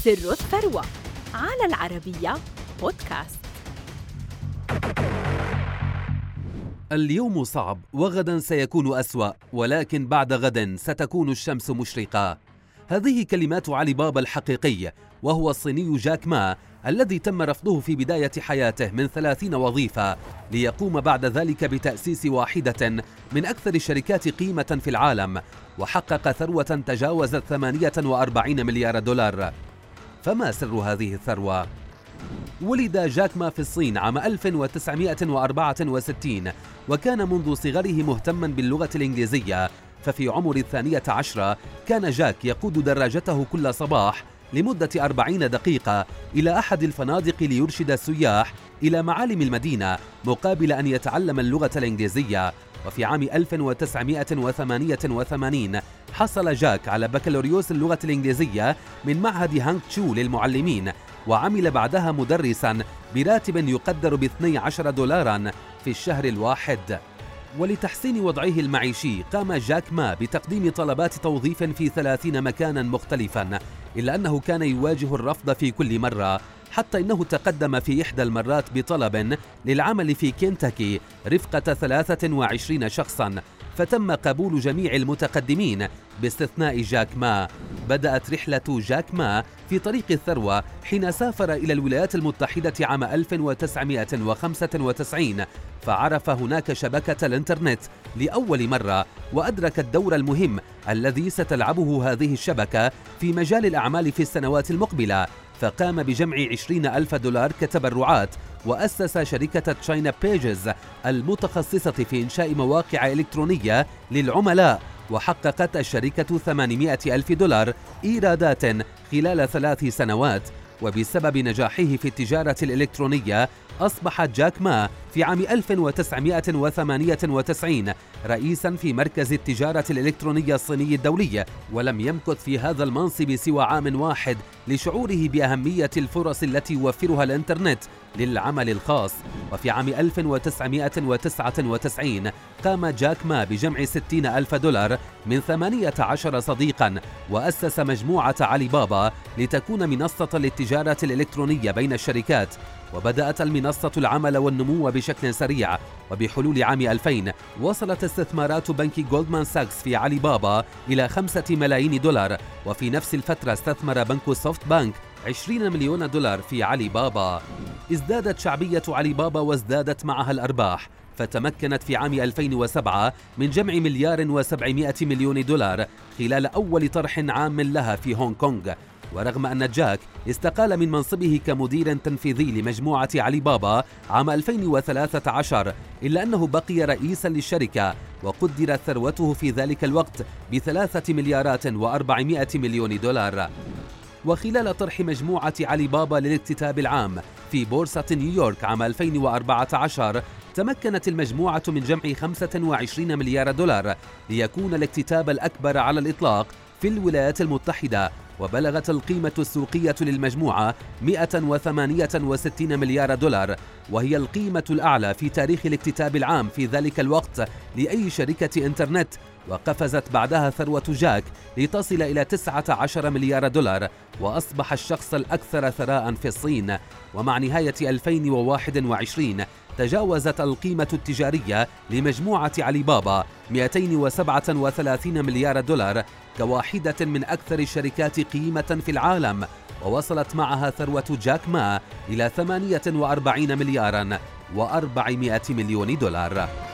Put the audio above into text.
سر الثروة على العربية بودكاست. اليوم صعب وغدا سيكون أسوأ، ولكن بعد غد ستكون الشمس مشرقة. هذه كلمات علي بابا الحقيقي، وهو الصيني جاك ما الذي تم رفضه في بداية حياته من 30 وظيفة ليقوم بعد ذلك بتأسيس واحدة من أكثر الشركات قيمة في العالم، وحقق ثروة تجاوزت 48 مليار دولار. فما سر هذه الثروة؟ ولد جاك ما في الصين عام 1964، وكان منذ صغره مهتما باللغة الإنجليزية. ففي عمر 12 كان جاك يقود دراجته كل صباح لمدة 40 دقيقة إلى أحد الفنادق ليرشد السياح إلى معالم المدينة مقابل أن يتعلم اللغة الإنجليزية. وفي عام 1988 حصل جاك على بكالوريوس اللغة الإنجليزية من معهد هانغ تشو للمعلمين، وعمل بعدها مدرسا براتب يقدر ب12 دولارا في الشهر الواحد. ولتحسين وضعه المعيشي قام جاك ما بتقديم طلبات توظيف في 30 مكانا مختلفا، إلا أنه كان يواجه الرفض في كل مرة، حتى إنه تقدم في إحدى المرات بطلب للعمل في كنتاكي رفقة 23 شخصا، فتم قبول جميع المتقدمين باستثناء جاك ما. بدأت رحلة جاك ما في طريق الثروة حين سافر إلى الولايات المتحدة عام 1995، فعرف هناك شبكة الإنترنت لأول مرة، وأدرك الدور المهم الذي ستلعبه هذه الشبكة في مجال الأعمال في السنوات المقبلة، فقام بجمع 20,000 دولار كتبرعات، وأسس شركة تشاينا بيجز المتخصصة في إنشاء مواقع إلكترونية للعملاء، وحققت الشركة 800,000 دولار إيرادات خلال 3 سنوات. وبسبب نجاحه في التجارة الإلكترونية أصبح جاك ما في عام 1998 رئيسا في مركز التجارة الإلكترونية الصيني الدولي، ولم يمكث في هذا المنصب سوى عام واحد لشعوره بأهمية الفرص التي يوفرها الإنترنت للعمل الخاص. وفي عام 1999 قام جاك ما بجمع 60,000 دولار من 18 صديقا، وأسس مجموعة علي بابا لتكون منصة للتجارة الإلكترونية بين الشركات. وبدأت المنصة العمل والنمو بشكل سريع، وبحلول عام 2000 وصلت استثمارات بنك جولدمان ساكس في علي بابا إلى 5 ملايين دولار، وفي نفس الفترة استثمر بنك سوفت بانك 20 مليون دولار في علي بابا. ازدادت شعبية علي بابا وازدادت معها الأرباح، فتمكنت في عام 2007 من جمع 1,700 مليون دولار خلال أول طرح عام لها في هونغ كونغ. ورغم أن جاك استقال من منصبه كمدير تنفيذي لمجموعة علي بابا عام 2013، إلا أنه بقي رئيسا للشركة، وقدرت ثروته في ذلك الوقت ب3 مليارات و400 مليون دولار. وخلال طرح مجموعة علي بابا للاكتتاب العام في بورصة نيويورك عام 2014 تمكنت المجموعة من جمع 25 مليار دولار ليكون الاكتتاب الأكبر على الإطلاق في الولايات المتحدة. وبلغت القيمة السوقية للمجموعة 168 مليار دولار، وهي القيمة الأعلى في تاريخ الاكتتاب العام في ذلك الوقت لأي شركة إنترنت. وقفزت بعدها ثروة جاك لتصل إلى 19 مليار دولار، وأصبح الشخص الأكثر ثراء في الصين. ومع نهاية 2021 تجاوزت القيمة التجارية لمجموعة علي بابا 237 مليار دولار كواحدة من أكثر الشركات قيمة في العالم، ووصلت معها ثروة جاك ما إلى 48 مليارا و400 مليون دولار.